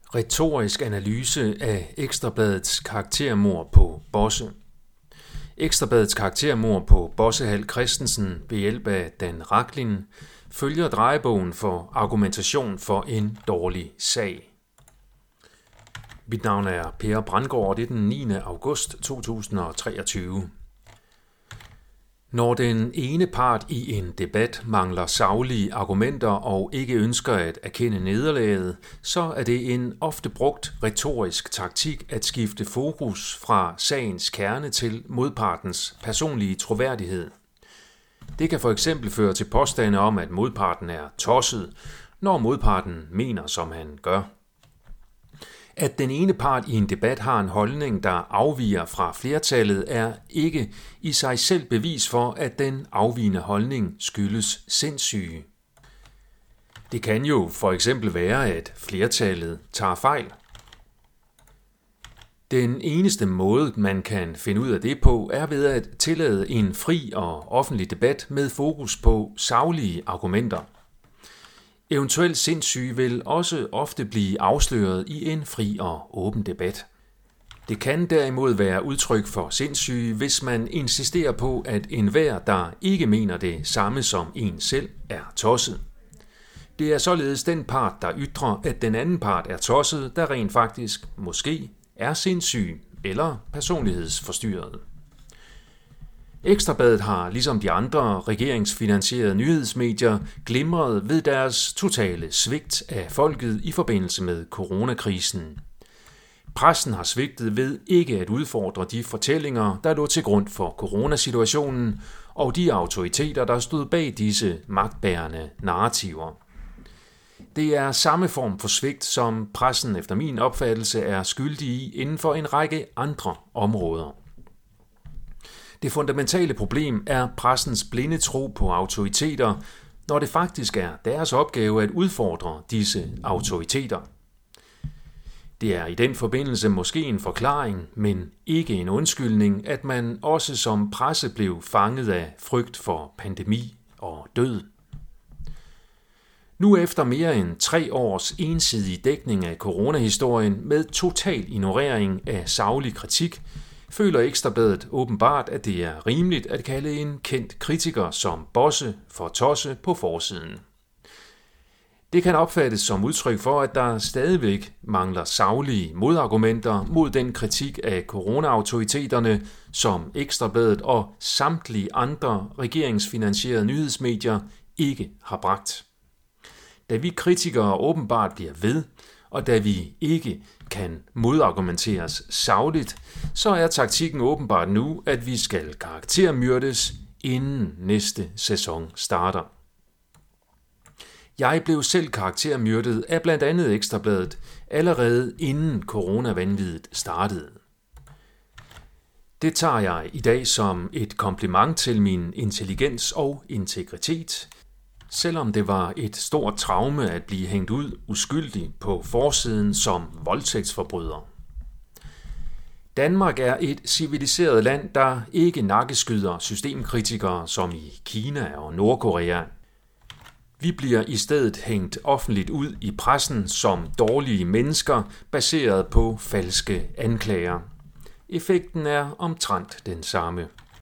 Retorisk analyse af Ekstrabladets karaktermord på Bosse. Ekstrabladets karaktermord på Bosse Hall Christensen ved hjælp af Dan Rachlin følger drejebogen for argumentation for en dårlig sag. Mit navn er Per Brandgaard, og det er den 9. august 2023. Når den ene part i en debat mangler saglige argumenter og ikke ønsker at erkende nederlaget, så er det en ofte brugt retorisk taktik at skifte fokus fra sagens kerne til modpartens personlige troværdighed. Det kan for eksempel føre til påstande om, at modparten er tosset, når modparten mener, som han gør. At den ene part i en debat har en holdning, der afviger fra flertallet, er ikke i sig selv bevis for, at den afvigende holdning skyldes sindssyge. Det kan jo for eksempel være, at flertallet tager fejl. Den eneste måde, man kan finde ud af det på, er ved at tillade en fri og offentlig debat med fokus på saglige argumenter. Eventuelt sindssyge vil også ofte blive afsløret i en fri og åben debat. Det kan derimod være udtryk for sindssyge, hvis man insisterer på, at enhver, der ikke mener det samme som en selv, er tosset. Det er således den part, der ytrer, at den anden part er tosset, der rent faktisk måske er sindssyg eller personlighedsforstyrret. Ekstrabladet har, ligesom de andre regeringsfinansierede nyhedsmedier, glimret ved deres totale svigt af folket i forbindelse med coronakrisen. Pressen har svigtet ved ikke at udfordre de fortællinger, der lå til grund for coronasituationen, og de autoriteter, der stod bag disse magtbærende narrativer. Det er samme form for svigt, som pressen efter min opfattelse er skyldig i inden for en række andre områder. Det fundamentale problem er pressens blinde tro på autoriteter, når det faktisk er deres opgave at udfordre disse autoriteter. Det er i den forbindelse måske en forklaring, men ikke en undskyldning, at man også som presse blev fanget af frygt for pandemi og død. Nu efter mere end 3 års ensidig dækning af coronahistorien med total ignorering af saglig kritik, føler Ekstrabladet åbenbart, at det er rimeligt at kalde en kendt kritiker som Bosse for tosse på forsiden. Det kan opfattes som udtryk for, at der stadigvæk mangler saglige modargumenter mod den kritik af coronaautoriteterne, som Ekstrabladet og samtlige andre regeringsfinansierede nyhedsmedier ikke har bragt. Da vi kritikere åbenbart bliver ved, og da vi ikke kan modargumenteres sagligt, så er taktikken åbenbart nu, at vi skal karaktermyrdes, inden næste sæson starter. Jeg blev selv karaktermyrdet af blandt andet Ekstrabladet allerede inden coronavanviddet startede. Det tager jeg i dag som et kompliment til min intelligens og integritet, selvom det var et stort traume at blive hængt ud uskyldig på forsiden som voldtægtsforbryder. Danmark er et civiliseret land, der ikke nakkeskyder systemkritikere som i Kina og Nordkorea. Vi bliver i stedet hængt offentligt ud i pressen som dårlige mennesker baseret på falske anklager. Effekten er omtrent den samme.